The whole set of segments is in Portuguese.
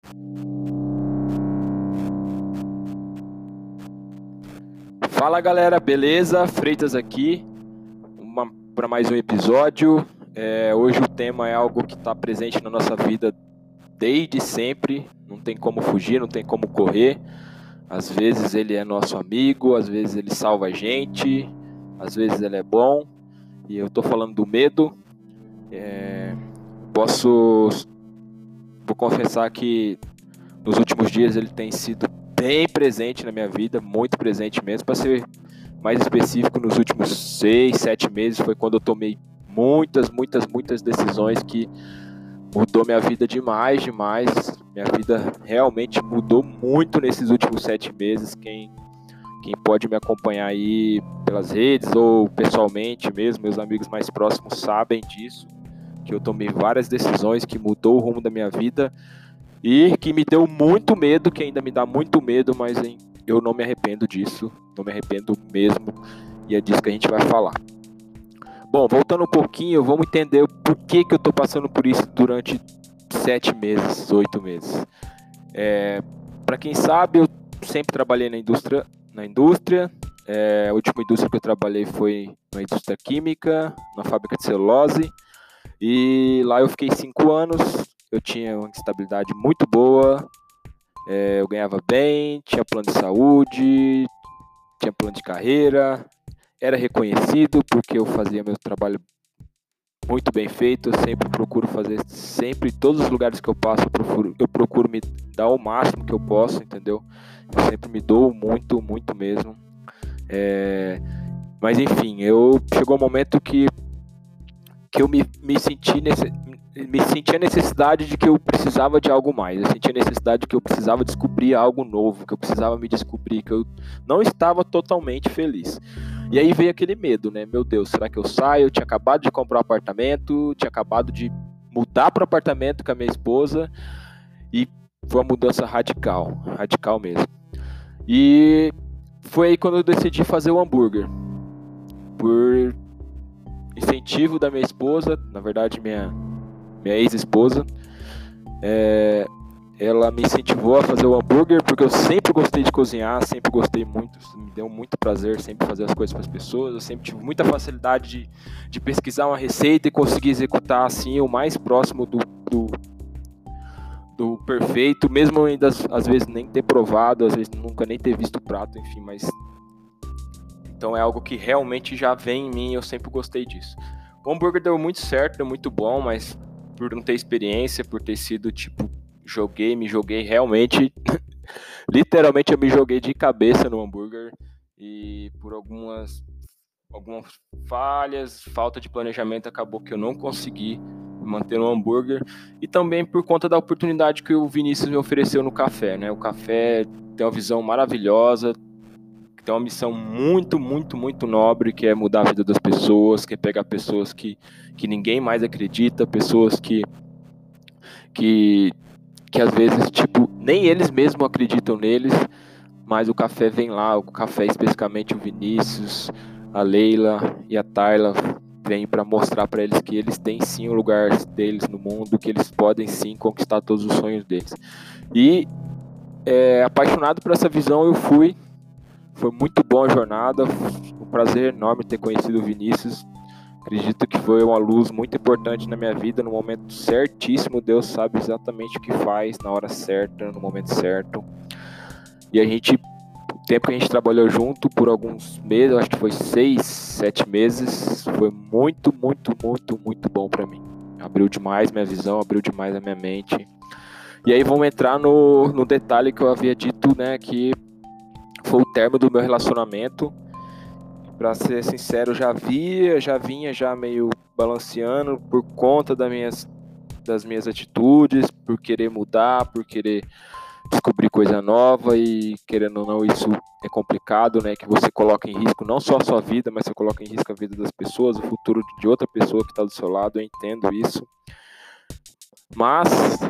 Fala galera, beleza? Freitas aqui para mais um episódio. Hoje o tema é algo que está presente na nossa vida desde sempre, não tem como fugir, não tem como correr. Às vezes ele é nosso amigo, às vezes ele salva a gente, às vezes ele é bom. E eu estou falando do medo. Vou confessar que nos últimos dias ele tem sido bem presente na minha vida, muito presente mesmo. Para ser mais específico, nos últimos 6, 7 meses foi quando eu tomei muitas decisões que mudou minha vida demais. Minha vida realmente mudou muito nesses últimos 7 meses. Quem pode me acompanhar aí pelas redes ou pessoalmente mesmo, meus amigos mais próximos sabem disso, que eu tomei várias decisões que mudou o rumo da minha vida e que me deu muito medo, que ainda me dá muito medo, mas eu não me arrependo disso, não me arrependo mesmo, e é disso que a gente vai falar. Bom, voltando um pouquinho, vamos entender por que eu estou passando por isso durante 7 meses, 8 meses. Para quem sabe, eu sempre trabalhei na indústria. A última indústria que eu trabalhei foi na indústria química, na fábrica de celulose, e lá eu fiquei 5 anos. Eu tinha uma estabilidade muito boa, eu ganhava bem, tinha plano de saúde, tinha plano de carreira, era reconhecido porque eu fazia meu trabalho muito bem feito. Eu sempre procuro fazer, sempre, em todos os lugares que eu passo, eu procuro me dar o máximo que eu posso, entendeu? Eu sempre me dou muito mesmo. Mas enfim, chegou um momento que eu me senti a necessidade de que eu precisava de algo mais. Eu senti a necessidade de que eu precisava descobrir algo novo, que eu precisava me descobrir, que eu não estava totalmente feliz. E aí veio aquele medo, né? Meu Deus, será que eu saio? Eu tinha acabado de comprar um apartamento, tinha acabado de mudar para o apartamento com a minha esposa, e foi uma mudança radical mesmo. E foi aí quando eu decidi fazer o hambúrguer. Por incentivo da minha esposa, na verdade minha ex-esposa, ela me incentivou a fazer o hambúrguer, porque eu sempre gostei de cozinhar, sempre gostei muito, me deu muito prazer sempre fazer as coisas para as pessoas. Eu sempre tive muita facilidade de pesquisar uma receita e conseguir executar assim o mais próximo do perfeito, mesmo ainda às vezes nem ter provado, às vezes nunca nem ter visto o prato, enfim, mas então é algo que realmente já vem em mim, eu sempre gostei disso. O hambúrguer deu muito certo, deu muito bom, mas por não ter experiência, por ter sido me joguei realmente, literalmente eu me joguei de cabeça no hambúrguer, e por algumas falhas, falta de planejamento, acabou que eu não consegui manter no hambúrguer, e também por conta da oportunidade que o Vinícius me ofereceu no café, né? O café tem uma visão maravilhosa, tem uma missão muito nobre, que é mudar a vida das pessoas, que é pegar pessoas que ninguém mais acredita, pessoas que às vezes, nem eles mesmos acreditam neles, mas o café vem lá, o café, especificamente o Vinícius, a Leila e a Tayla, vem para mostrar para eles que eles têm sim o lugar deles no mundo, que eles podem sim conquistar todos os sonhos deles. E apaixonado por essa visão, eu fui. Foi muito boa a jornada, um prazer enorme ter conhecido o Vinícius. Acredito que foi uma luz muito importante na minha vida, no momento certíssimo. Deus sabe exatamente o que faz, na hora certa, no momento certo. E o tempo que a gente trabalhou junto por alguns meses, acho que foi 6, 7 meses, foi muito bom para mim. Abriu demais minha visão, abriu demais a minha mente. E aí vamos entrar no detalhe que eu havia dito, né, que foi o término do meu relacionamento. Pra ser sincero, já vinha meio balanceando por conta das minhas atitudes, por querer mudar, por querer descobrir coisa nova, e querendo ou não, isso é complicado, né? Que você coloca em risco não só a sua vida, mas você coloca em risco a vida das pessoas, o futuro de outra pessoa que está do seu lado. Eu entendo isso. Mas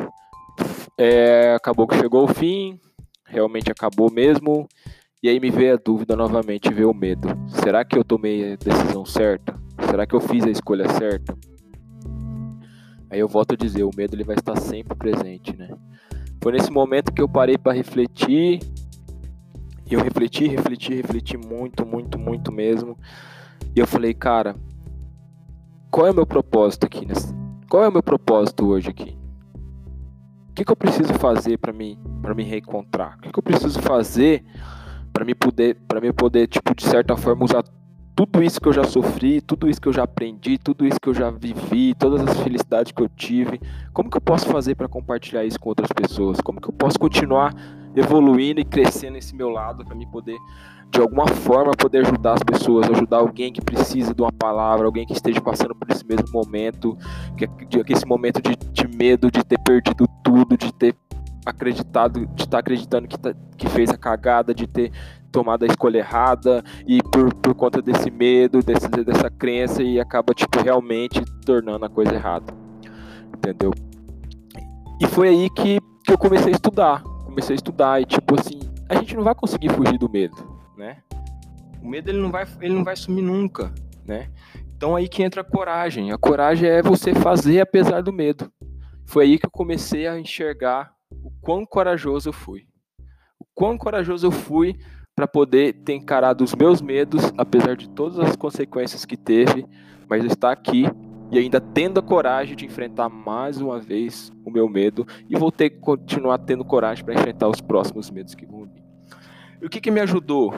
acabou que chegou o fim, realmente acabou mesmo. E aí me veio a dúvida novamente, veio o medo. Será que eu tomei a decisão certa? Será que eu fiz a escolha certa? Aí eu volto a dizer, o medo ele vai estar sempre presente, né? Foi nesse momento que eu parei para refletir. E eu refleti muito, muito, muito mesmo. E eu falei, cara, qual é o meu propósito aqui? Qual é o meu propósito hoje aqui? O que eu preciso fazer para me reencontrar? O que eu preciso fazer para me poder, tipo, de certa forma, usar tudo isso que eu já sofri, tudo isso que eu já aprendi, tudo isso que eu já vivi, todas as felicidades que eu tive? Como que eu posso fazer para compartilhar isso com outras pessoas? Como que eu posso continuar evoluindo e crescendo nesse meu lado para me poder, de alguma forma, poder ajudar as pessoas, ajudar alguém que precisa de uma palavra, alguém que esteja passando por esse mesmo momento, esse momento de medo, de ter perdido tudo, de ter acreditado, de estar acreditando que fez a cagada, de ter tomado a escolha errada e por conta desse medo, dessa crença, e acaba, tipo, realmente tornando a coisa errada, entendeu? E foi aí que eu comecei a estudar e, tipo assim, a gente não vai conseguir fugir do medo, né? O medo, ele não vai sumir nunca, né? Então aí que entra a coragem é você fazer apesar do medo. Foi aí que eu comecei a enxergar o quão corajoso eu fui. O quão corajoso eu fui para poder ter encarado os meus medos, apesar de todas as consequências que teve, mas eu estar aqui e ainda tendo a coragem de enfrentar mais uma vez o meu medo, e vou ter que continuar tendo coragem para enfrentar os próximos medos que vão vir. E o que me ajudou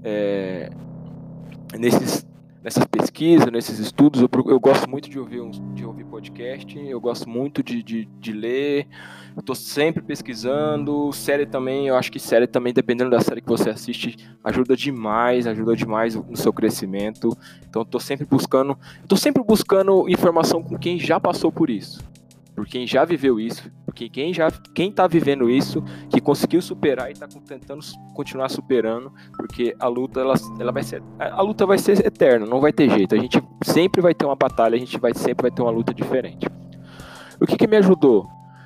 nessas pesquisas, nesses estudos? Eu gosto muito de ouvir podcast, eu gosto muito de ler, eu estou sempre pesquisando. Série também, eu acho que série também, dependendo da série que você assiste, ajuda demais no seu crescimento. Então eu estou sempre buscando informação com quem já passou por isso, por quem já viveu isso, porque quem está vivendo isso, que conseguiu superar e está tentando continuar superando, porque a luta vai ser eterna, não vai ter jeito. A gente sempre vai ter uma batalha, sempre vai ter uma luta diferente. O que me ajudou?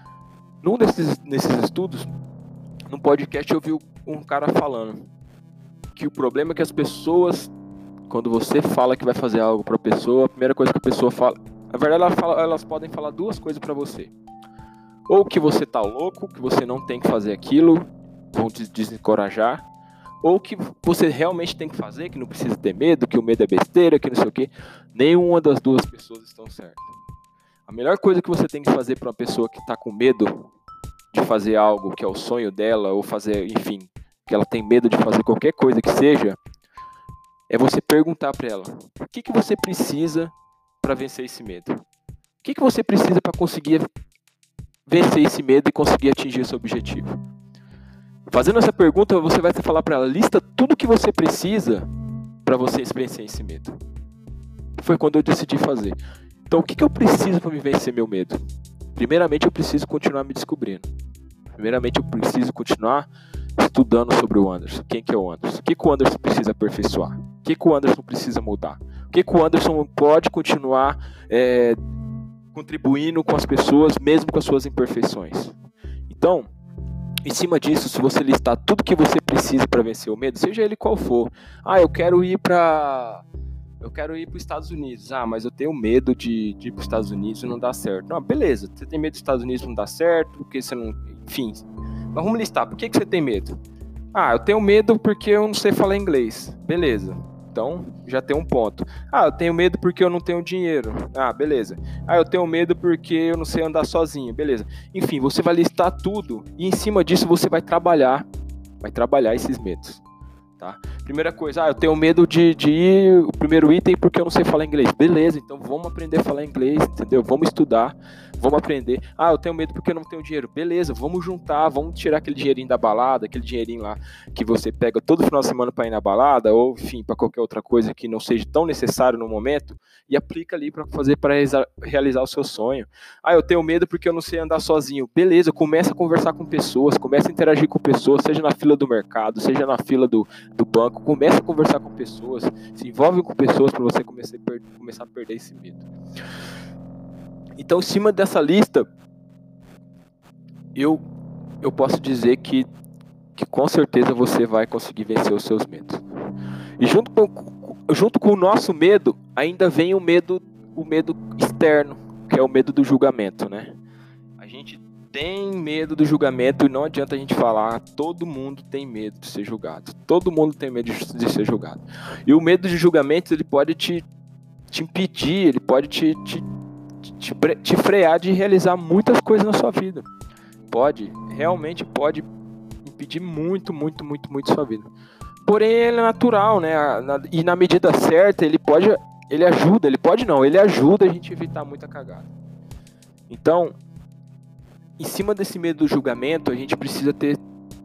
Nesses estudos, num podcast, eu vi um cara falando que o problema é que as pessoas, quando você fala que vai fazer algo para a pessoa, a primeira coisa que a pessoa fala, na verdade, elas podem falar duas coisas para você: ou que você tá louco, que você não tem que fazer aquilo, vão te desencorajar, ou que você realmente tem que fazer, que não precisa ter medo, que o medo é besteira, que não sei o quê. Nenhuma das duas pessoas estão certas. A melhor coisa que você tem que fazer para uma pessoa que está com medo de fazer algo que é o sonho dela, ou fazer, enfim, que ela tem medo de fazer qualquer coisa que seja, é você perguntar para ela: o que você precisa para vencer esse medo? O que você precisa para conseguir vencer esse medo e conseguir atingir esse objetivo? Fazendo essa pergunta, você vai falar para ela: lista tudo que você precisa para você vencer esse medo. Foi quando eu decidi fazer. Então, o que eu preciso para me vencer meu medo? Primeiramente, eu preciso continuar me descobrindo. Primeiramente, eu preciso continuar estudando sobre o Anderson. Quem que é o Anderson? O que o Anderson precisa aperfeiçoar? O que o Anderson precisa mudar? O que o Anderson pode continuar contribuindo com as pessoas, mesmo com as suas imperfeições? Então, em cima disso, se você listar tudo que você precisa para vencer o medo, seja ele qual for. Eu quero ir para os Estados Unidos. Mas eu tenho medo de ir para os Estados Unidos e não dar certo. Não, beleza. Você tem medo dos Estados Unidos não dar certo, porque você não... Enfim. Mas vamos listar. Por que você tem medo? Eu tenho medo porque eu não sei falar inglês. Beleza. Então, já tem um ponto. Eu tenho medo porque eu não tenho dinheiro. Beleza. Eu tenho medo porque eu não sei andar sozinho. Beleza. Enfim, você vai listar tudo e em cima disso você vai trabalhar esses medos. Tá? Primeira coisa, eu tenho medo de ir o primeiro item porque eu não sei falar inglês. Beleza, então vamos aprender a falar inglês, entendeu? Vamos estudar, vamos aprender. Eu tenho medo porque eu não tenho dinheiro. Beleza, vamos juntar, vamos tirar aquele dinheirinho da balada, aquele dinheirinho lá que você pega todo final de semana para ir na balada, ou enfim, para qualquer outra coisa que não seja tão necessário no momento, e aplica ali para realizar o seu sonho. Eu tenho medo porque eu não sei andar sozinho. Beleza, começa a conversar com pessoas, começa a interagir com pessoas, seja na fila do mercado, seja na fila do banco, começa a conversar com pessoas, se envolve com pessoas para você começar a perder esse medo. Então, em cima dessa lista, eu posso dizer que com certeza você vai conseguir vencer os seus medos. E junto com o nosso medo, ainda vem o medo externo, que é o medo do julgamento, né? A gente tem medo do julgamento e não adianta a gente falar, todo mundo tem medo de ser julgado. Todo mundo tem medo de ser julgado. E o medo de julgamento, ele pode te impedir, ele pode te frear de realizar muitas coisas na sua vida. Realmente pode impedir muito sua vida. Porém, ele é natural, né? E na medida certa, ele ajuda a gente a evitar muita cagada. Então, em cima desse medo do julgamento, a gente precisa ter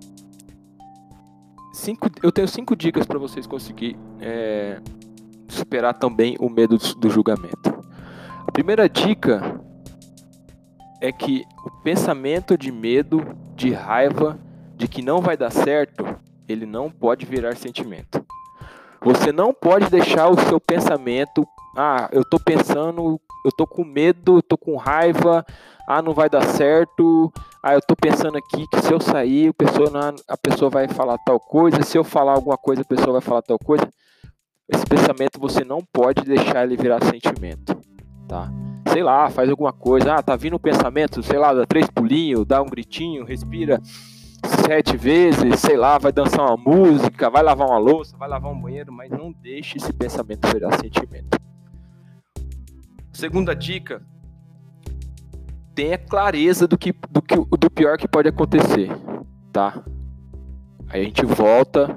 eu tenho 5 dicas para vocês conseguirem superar também o medo do julgamento. A primeira dica é que o pensamento de medo, de raiva, de que não vai dar certo, ele não pode virar sentimento. Você não pode deixar o seu pensamento, eu tô pensando, eu tô com medo, eu tô com raiva, não vai dar certo, eu tô pensando aqui que se eu sair, a pessoa vai falar tal coisa, se eu falar alguma coisa, a pessoa vai falar tal coisa. Esse pensamento você não pode deixar ele virar sentimento, tá? Sei lá, faz alguma coisa, tá vindo um pensamento, sei lá, dá 3 pulinhos, dá um gritinho, respira 7 vezes, sei lá, vai dançar uma música, vai lavar uma louça, vai lavar um banheiro, mas não deixe esse pensamento virar sentimento. Segunda dica, tenha clareza do pior que pode acontecer, tá? Aí a gente volta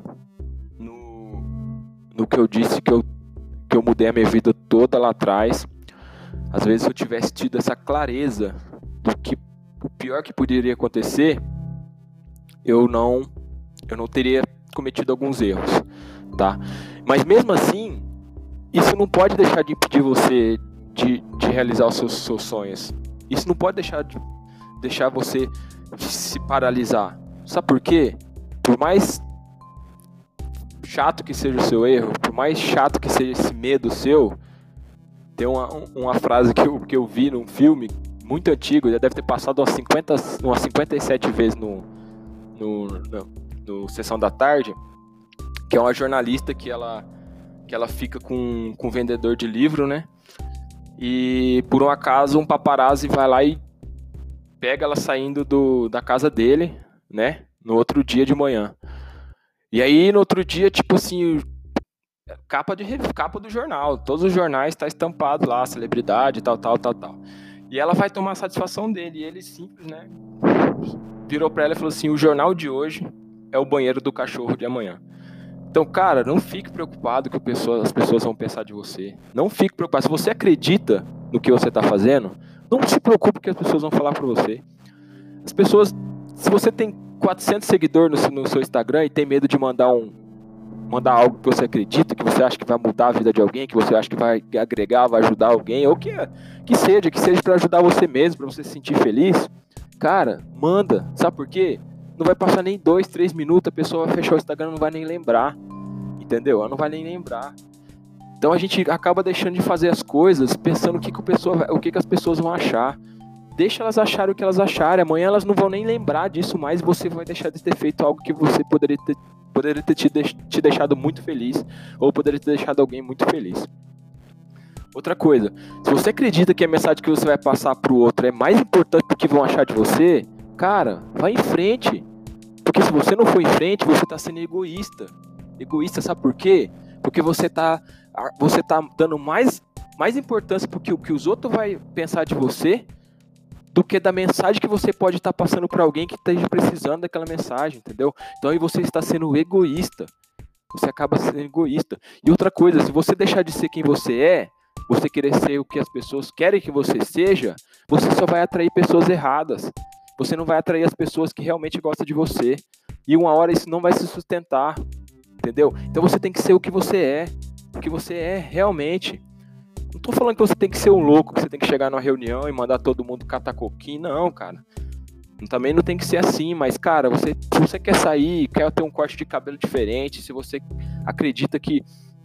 no que eu disse que eu mudei a minha vida toda lá atrás. Às vezes, se eu tivesse tido essa clareza do que o pior que poderia acontecer, eu não teria cometido alguns erros, tá? Mas mesmo assim, isso não pode deixar de impedir você de realizar os seus sonhos. Isso não pode deixar você se paralisar. Sabe por quê? Por mais chato que seja o seu erro, por mais chato que seja esse medo seu, tem uma frase que eu vi num filme muito antigo, já deve ter passado umas 57 vezes no Sessão da Tarde, que é uma jornalista que ela fica com um vendedor de livro, né? E por um acaso um paparazzi vai lá e pega ela saindo da casa dele, né? No outro dia de manhã. E aí no outro dia, tipo assim, capa do jornal, todos os jornais tá estampado lá, celebridade, tal. E ela vai tomar a satisfação dele, e ele simples, né? Virou pra ela e falou assim, o jornal de hoje é o banheiro do cachorro de amanhã. Então, cara, não fique preocupado que as pessoas vão pensar de você. Não fique preocupado. Se você acredita no que você está fazendo, não se preocupe que as pessoas vão falar para você. As pessoas, se você tem 400 seguidores no seu Instagram e tem medo de mandar algo que você acredita, que você acha que vai mudar a vida de alguém, que você acha que vai agregar, vai ajudar alguém, ou que seja para ajudar você mesmo, para você se sentir feliz, cara, manda. Sabe por quê? Não vai passar nem 2, 3 minutos, a pessoa vai fechar o Instagram, não vai nem lembrar, entendeu? Ela não vai nem lembrar. Então a gente acaba deixando de fazer as coisas pensando o que as pessoas vão achar. Deixa elas acharem o que elas acharem, amanhã elas não vão nem lembrar disso mais e você vai deixar de ter feito algo que você poderia ter te deixado muito feliz, ou poderia ter deixado alguém muito feliz. Outra coisa, se você acredita que a mensagem que você vai passar pro outro é mais importante do que vão achar de você, cara, vai em frente. Porque se você não for em frente, você tá sendo egoísta. Egoísta, sabe por quê? Porque você tá dando mais importância porque o que os outros vão pensar de você do que da mensagem que você pode estar passando para alguém que esteja precisando daquela mensagem, entendeu? Então aí você está sendo egoísta. Você acaba sendo egoísta. E outra coisa, se você deixar de ser quem você é, você querer ser o que as pessoas querem que você seja, você só vai atrair pessoas erradas. Você não vai atrair as pessoas que realmente gostam de você. E uma hora isso não vai se sustentar, entendeu? Então você tem que ser o que você é. O que você é realmente. Não tô falando que você tem que ser um louco, que você tem que chegar numa reunião e mandar todo mundo catar coquinho. Não, cara. Também não tem que ser assim, mas, cara, se você quer sair, quer ter um corte de cabelo diferente, se você acredita que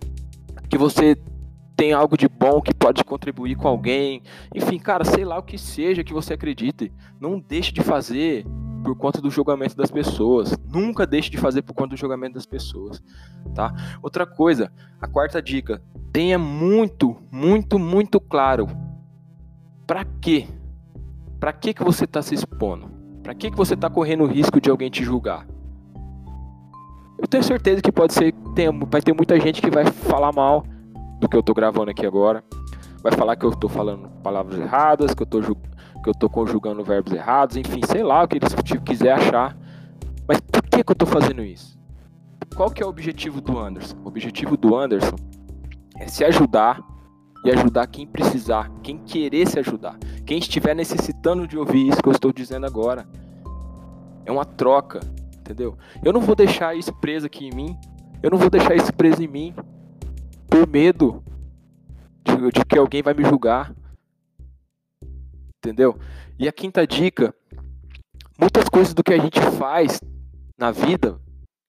você tem algo de bom que pode contribuir com alguém, enfim, cara, sei lá o que seja que você acredite, não deixe de fazer por conta do julgamento das pessoas. Nunca deixe de fazer por conta do julgamento das pessoas, tá? Outra coisa, a quarta dica, tenha muito claro pra quê? Pra que você está se expondo? Pra que você tá correndo o risco de alguém te julgar? Eu tenho certeza que vai ter muita gente que vai falar mal do que eu tô gravando aqui agora. Vai falar que eu tô falando palavras erradas, que eu tô conjugando verbos errados, enfim, sei lá o que eles quiser achar. Mas por que eu tô fazendo isso? Qual que é o objetivo do Anderson? O objetivo do Anderson é se ajudar e ajudar quem precisar, quem querer se ajudar, quem estiver necessitando de ouvir isso que eu estou dizendo agora. É uma troca, entendeu? Eu não vou deixar isso preso aqui em mim, eu não vou deixar isso preso em mim por medo de que alguém vai me julgar, entendeu? E a quinta dica, muitas coisas do que a gente faz na vida,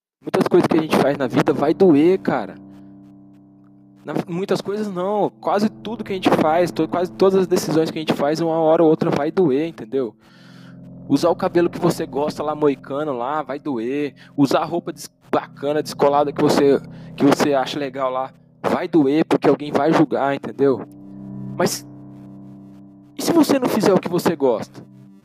vai doer, cara. Muitas coisas não, quase tudo que a gente faz, quase todas as decisões que a gente faz, uma hora ou outra vai doer, entendeu? Usar o cabelo que você gosta lá, moicano lá, vai doer. Usar a roupa bacana, descolada que você acha legal lá, vai doer porque alguém vai julgar, entendeu? Mas e se você não fizer o que você gosta?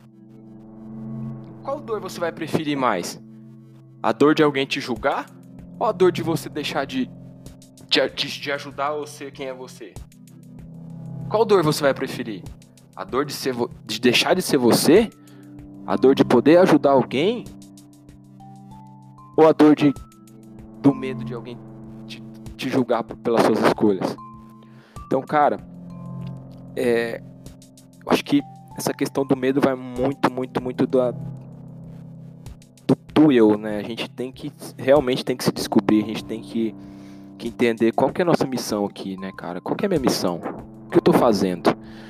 Qual dor você vai preferir mais? A dor de alguém te julgar? Ou a dor de você deixar de ajudar ou ser quem é você? Qual dor você vai preferir? A dor de deixar de ser você? A dor de poder ajudar alguém? Ou a dor do medo de alguém te julgar pelas suas escolhas? Então, cara, eu acho que essa questão do medo vai muito do eu, né? A gente realmente tem que se descobrir, a gente tem que entender qual que é a nossa missão aqui, né, cara? Qual que é a minha missão? O que eu tô fazendo?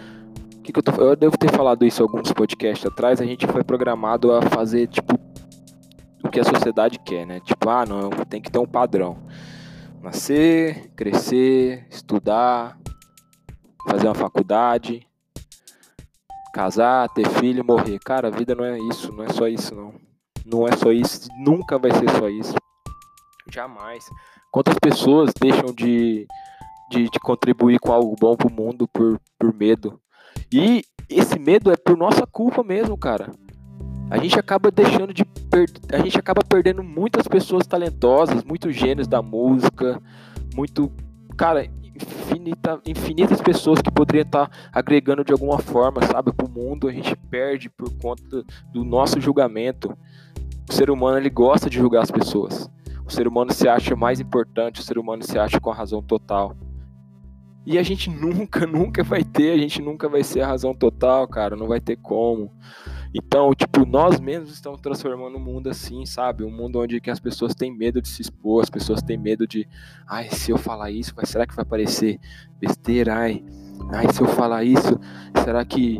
Eu devo ter falado isso em alguns podcasts atrás. A gente foi programado a fazer, tipo, o que a sociedade quer, né? Tipo, não, tem que ter um padrão. Nascer, crescer, estudar, fazer uma faculdade, casar, ter filho, morrer. Cara, a vida não é isso, não é só isso, não. Não é só isso, nunca vai ser só isso. Jamais. Quantas pessoas deixam de contribuir com algo bom pro mundo por medo? E esse medo é por nossa culpa mesmo, cara. A gente acaba perdendo muitas pessoas talentosas, muitos gênios da música, cara, infinitas pessoas que poderiam estar agregando de alguma forma, sabe, pro mundo. A gente perde por conta do nosso julgamento. O ser humano, ele gosta de julgar as pessoas. O ser humano se acha mais importante, o ser humano se acha com a razão total. E a gente nunca vai ser a razão total, cara, não vai ter como. Então, tipo, nós mesmos estamos transformando o mundo assim, sabe? Um mundo onde que as pessoas têm medo de se expor, as pessoas têm medo de, se eu falar isso, será que vai parecer besteira? Se eu falar isso, será que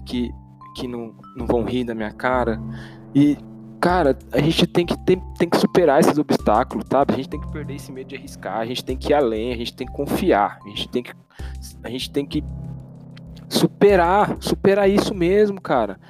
não vão rir da minha cara? E, cara, a gente tem que superar esses obstáculos, sabe? A gente tem que perder esse medo de arriscar, a gente tem que ir além, a gente tem que confiar, a gente tem que superar isso mesmo, cara.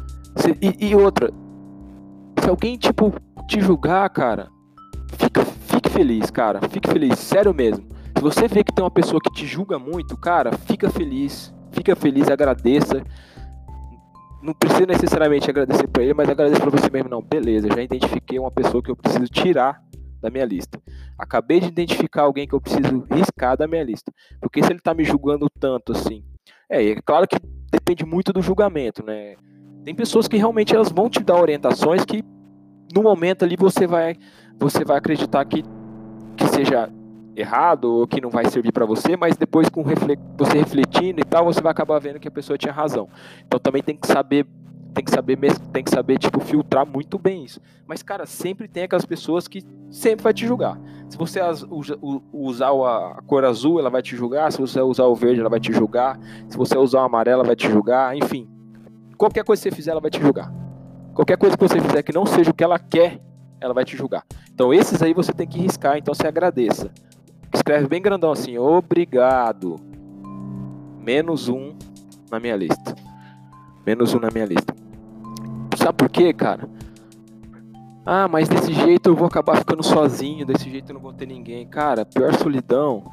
E outra, se alguém, tipo, te julgar, cara, fique feliz, cara, fique feliz, sério mesmo. Se você vê que tem uma pessoa que te julga muito, cara, fica feliz, agradeça. Não precisa necessariamente agradecer pra ele, mas agradeça pra você mesmo. Não, beleza, já identifiquei uma pessoa que eu preciso tirar da minha lista. Acabei de identificar alguém que eu preciso riscar da minha lista. Porque se ele tá me julgando tanto assim... É claro que depende muito do julgamento, né? Tem pessoas que realmente elas vão te dar orientações que no momento ali você vai acreditar que seja errado ou que não vai servir para você, mas depois você refletindo e tal, você vai acabar vendo que a pessoa tinha razão. Então também tem que saber tipo, filtrar muito bem isso. Mas, cara, sempre tem aquelas pessoas que sempre vai te julgar. Se você usar a cor azul, ela vai te julgar. Se você usar o verde, ela vai te julgar. Se você usar o amarelo, ela vai te julgar. Enfim, qualquer coisa que você fizer, ela vai te julgar. Qualquer coisa que você fizer que não seja o que ela quer, ela vai te julgar. Então esses aí você tem que riscar, então você agradeça. Escreve bem grandão assim, obrigado. -1 na minha lista. -1 na minha lista. Sabe por quê, cara? Mas desse jeito eu vou acabar ficando sozinho, desse jeito eu não vou ter ninguém. Cara, a pior solidão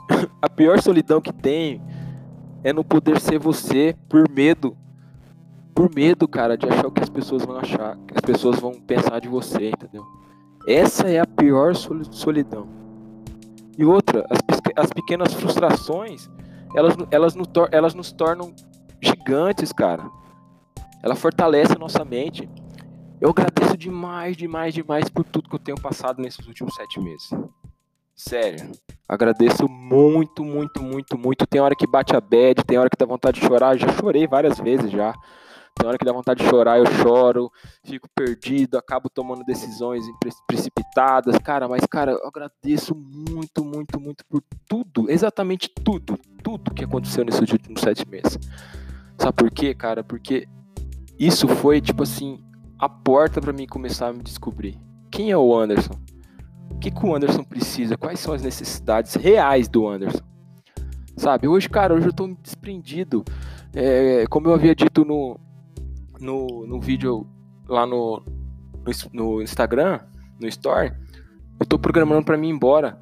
que tem é não poder ser você por medo por medo, cara, de achar o que as pessoas vão achar, que as pessoas vão pensar de você, entendeu? Essa é a pior solidão. E outra, as pequenas frustrações, elas nos tornam gigantes, cara. Ela fortalece a nossa mente. Eu agradeço demais por tudo que eu tenho passado nesses últimos 7 meses. Sério. Agradeço muito. Tem hora que bate a bad, tem hora que dá vontade de chorar. Já chorei várias vezes já. Tem hora que dá vontade de chorar, eu choro, fico perdido, acabo tomando decisões precipitadas. Cara, mas, cara, eu agradeço muito por tudo, exatamente tudo que aconteceu nesses últimos 7 meses. Sabe por quê, cara? Porque isso foi, tipo assim, a porta pra mim começar a me descobrir. Quem é o Anderson? O que o Anderson precisa? Quais são as necessidades reais do Anderson? Sabe, hoje eu tô desprendido. Como eu havia dito no vídeo lá no Instagram, no Story, eu tô programando pra mim ir embora.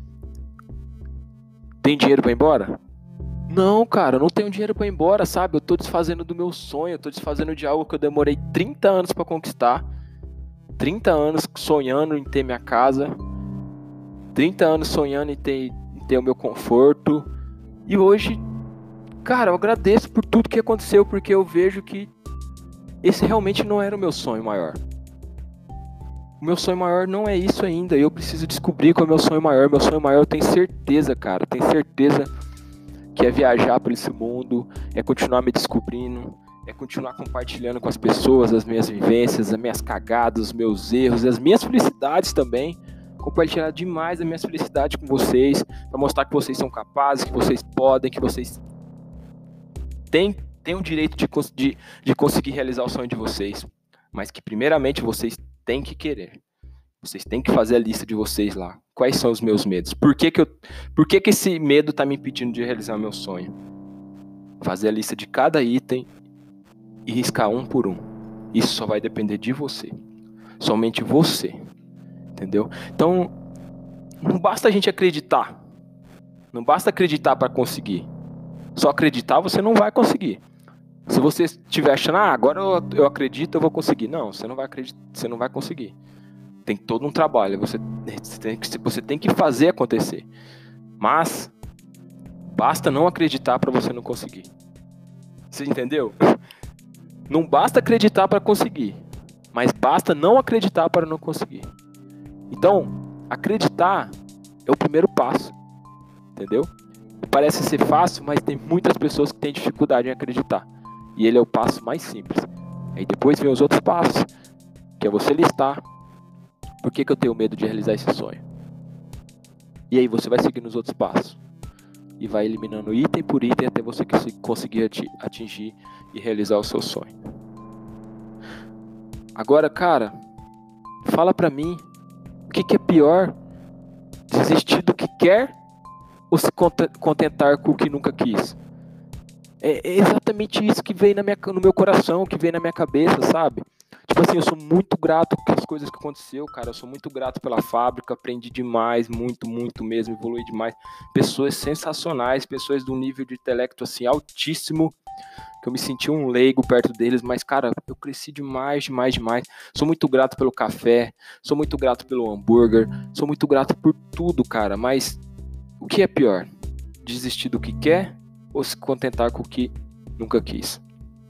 Tem dinheiro pra ir embora? Não, cara, eu não tenho dinheiro pra ir embora, sabe? Eu tô desfazendo do meu sonho, eu tô desfazendo de algo que eu demorei 30 anos pra conquistar. 30 anos sonhando em ter minha casa. 30 anos sonhando em ter o meu conforto. E hoje, cara, eu agradeço por tudo que aconteceu, porque eu vejo que esse realmente não era o meu sonho maior. O meu sonho maior não é isso ainda. Eu preciso descobrir qual é o meu sonho maior. Meu sonho maior, eu tenho certeza, cara. Tenho certeza que é viajar por esse mundo, é continuar me descobrindo, é continuar compartilhando com as pessoas as minhas vivências, as minhas cagadas, os meus erros, as minhas felicidades também. Compartilhar demais as minhas felicidades com vocês, para mostrar que vocês são capazes, que vocês podem, que vocês têm o direito de conseguir realizar o sonho de vocês. Mas que primeiramente vocês têm que querer. Vocês têm que fazer a lista de vocês lá. Quais são os meus medos? Por que esse medo está me impedindo de realizar o meu sonho? Fazer a lista de cada item e riscar um por um. Isso só vai depender de você. Somente você. Entendeu? Então, não basta a gente acreditar. Não basta acreditar para conseguir. Só acreditar você não vai conseguir. Se você estiver achando, agora eu acredito, eu vou conseguir. Não, você não vai acreditar, você não vai conseguir. Tem todo um trabalho, você tem que fazer acontecer. Mas basta não acreditar para você não conseguir. Você entendeu? Não basta acreditar para conseguir, mas basta não acreditar para não conseguir. Então, acreditar é o primeiro passo, entendeu? Parece ser fácil, mas tem muitas pessoas que têm dificuldade em acreditar. E ele é o passo mais simples. Aí depois vem os outros passos, que é você listar por que eu tenho medo de realizar esse sonho. E aí você vai seguir nos outros passos. E vai eliminando item por item até você conseguir atingir e realizar o seu sonho. Agora, cara, fala pra mim, o que é pior? Desistir do que quer ou se contentar com o que nunca quis? É exatamente isso que vem no meu coração, que vem na minha cabeça, sabe? Tipo assim, eu sou muito grato pelas coisas que aconteceu, cara. Eu sou muito grato pela fábrica, aprendi demais, muito mesmo, evolui demais. Pessoas sensacionais, pessoas de um nível de intelecto assim altíssimo, que eu me senti um leigo perto deles, mas, cara, eu cresci demais. Sou muito grato pelo café, sou muito grato pelo hambúrguer, sou muito grato por tudo, cara. Mas o que é pior? Desistir do que quer ou se contentar com o que nunca quis?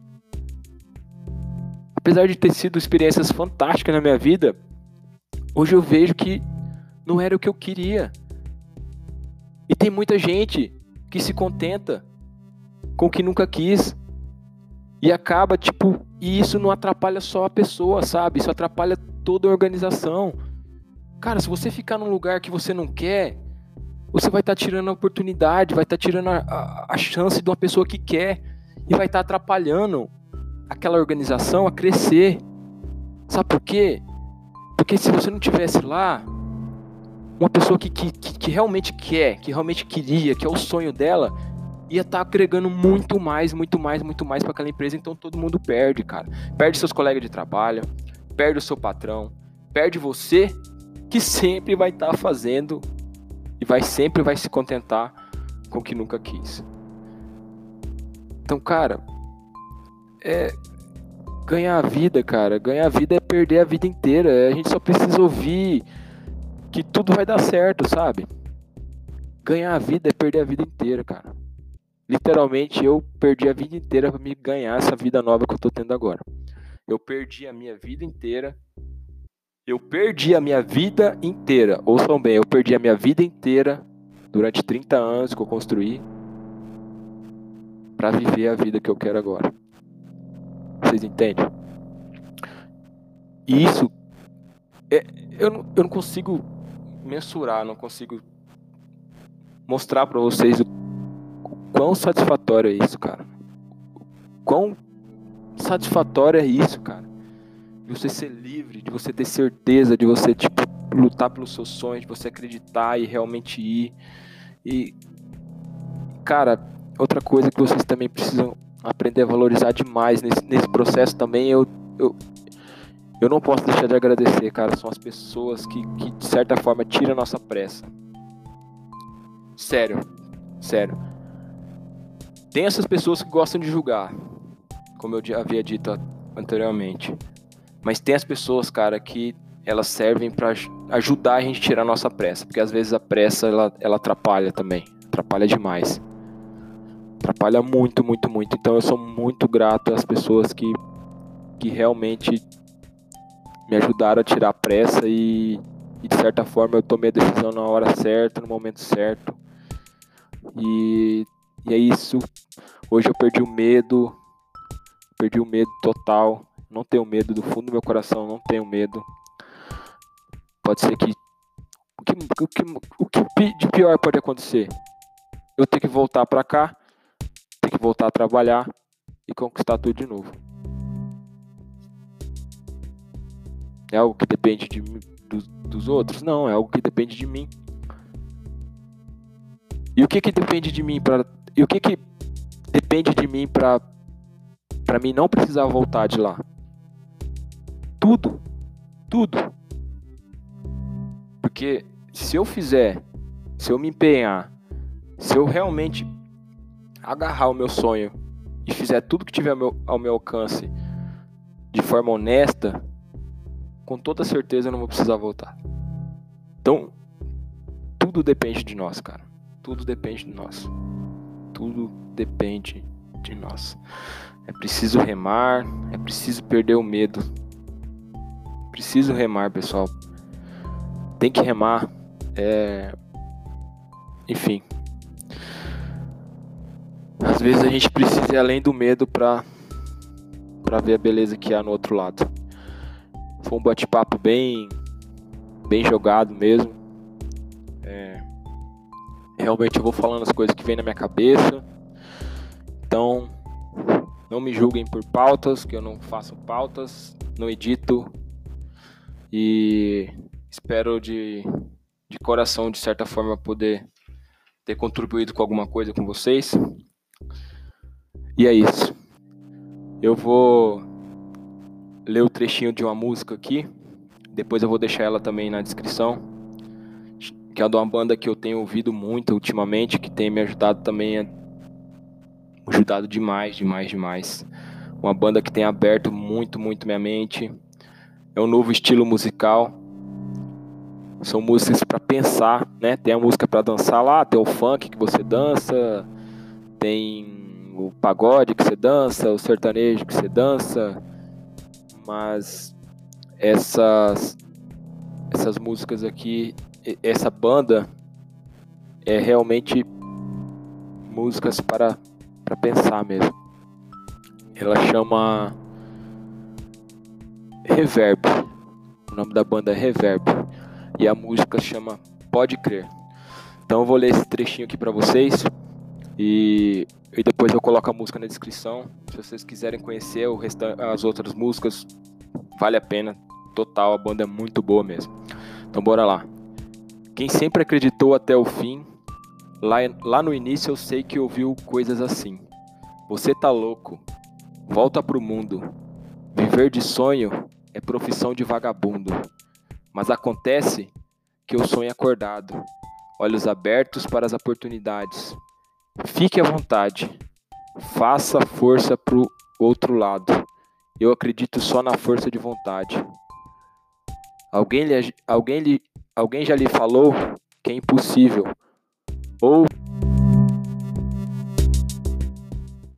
Apesar de ter sido experiências fantásticas na minha vida, hoje eu vejo que não era o que eu queria. E tem muita gente que se contenta com o que nunca quis. E acaba, e isso não atrapalha só a pessoa, sabe? Isso atrapalha toda a organização. Cara, se você ficar num lugar que você não quer, você vai estar tirando a oportunidade, vai estar tirando a chance de uma pessoa que quer. E vai estar atrapalhando aquela organização a crescer. Sabe por quê? Porque se você não tivesse lá uma pessoa que realmente quer, que realmente queria, que é o sonho dela, ia estar agregando muito mais para aquela empresa. Então todo mundo perde, cara. Perde seus colegas de trabalho, perde o seu patrão, perde você, que sempre vai estar fazendo e sempre vai se contentar com o que nunca quis. Então, cara, ganhar a vida, cara. Ganhar a vida é perder a vida inteira. A gente só precisa ouvir que tudo vai dar certo, sabe? Ganhar a vida é perder a vida inteira, cara. Literalmente, eu perdi a vida inteira pra me ganhar essa vida nova que eu tô tendo agora. Eu perdi a minha vida inteira. Ouçam bem, eu perdi a minha vida inteira durante 30 anos que eu construí pra viver a vida que eu quero agora. Vocês entendem? E isso, eu não consigo mensurar, não consigo mostrar pra vocês o quão satisfatório é isso, cara. Quão satisfatório é isso, cara. De você ser livre, de você ter certeza, de você, tipo, lutar pelos seus sonhos, de você acreditar e realmente ir. E, cara, outra coisa que vocês também precisam aprender a valorizar demais nesse processo também, eu não posso deixar de agradecer, cara. São as pessoas que de certa forma tiram a nossa pressa. Sério. Tem essas pessoas que gostam de julgar, como eu havia dito anteriormente. Mas tem as pessoas, cara, que elas servem pra ajudar a gente a tirar a nossa pressa. Porque às vezes a pressa, ela atrapalha também. Atrapalha demais. Atrapalha muito. Então eu sou muito grato às pessoas que realmente me ajudaram a tirar a pressa e de certa forma eu tomei a decisão na hora certa, no momento certo. E é isso. Hoje eu perdi o medo total. Não tenho medo, do fundo do meu coração, não tenho medo. Pode ser que o que de pior pode acontecer? Eu ter que voltar pra cá, ter que voltar a trabalhar e conquistar tudo de novo. É algo que depende dos outros? Não, é algo que depende de mim. E o que depende de mim pra mim não precisar voltar de lá? Tudo. Porque se eu me empenhar, se eu realmente agarrar o meu sonho e fizer tudo que tiver ao meu alcance de forma honesta, com toda certeza eu não vou precisar voltar. Então, tudo depende de nós, cara. Tudo depende de nós. Tudo depende de nós. É preciso remar, é preciso perder o medo. Preciso remar, pessoal. Tem que remar. Enfim. Às vezes a gente precisa ir além do medo pra ver a beleza que há no outro lado. Foi um bate-papo bem jogado mesmo. Realmente eu vou falando as coisas que vem na minha cabeça. Então, não me julguem por pautas, que eu não faço pautas, não edito. E espero de coração, de certa forma, poder ter contribuído com alguma coisa com vocês. E é isso. Eu vou ler o trechinho de uma música aqui. Depois eu vou deixar ela também na descrição. Que é de uma banda que eu tenho ouvido muito ultimamente, que tem me ajudado também, ajudado demais. Uma banda que tem aberto muito minha mente. É um novo estilo musical. São músicas para pensar, né? Tem a música para dançar lá, tem o funk que você dança, tem o pagode que você dança, o sertanejo que você dança. Mas essas músicas aqui, essa banda é realmente músicas para pensar mesmo. Ela chama Reverb. O nome da banda é Reverb. E a música chama Pode Crer. Então eu vou ler esse trechinho aqui para vocês. E depois eu coloco a música na descrição. Se vocês quiserem conhecer as outras músicas, vale a pena. Total, a banda é muito boa mesmo. Então bora lá. Quem sempre acreditou até o fim, lá no início eu sei que ouviu coisas assim. Você tá louco, volta pro mundo. Viver de sonho é profissão de vagabundo. Mas acontece que eu sonho acordado, olhos abertos para as oportunidades. Fique à vontade, faça força pro outro lado. Eu acredito só na força de vontade. Alguém já lhe falou que é impossível, ou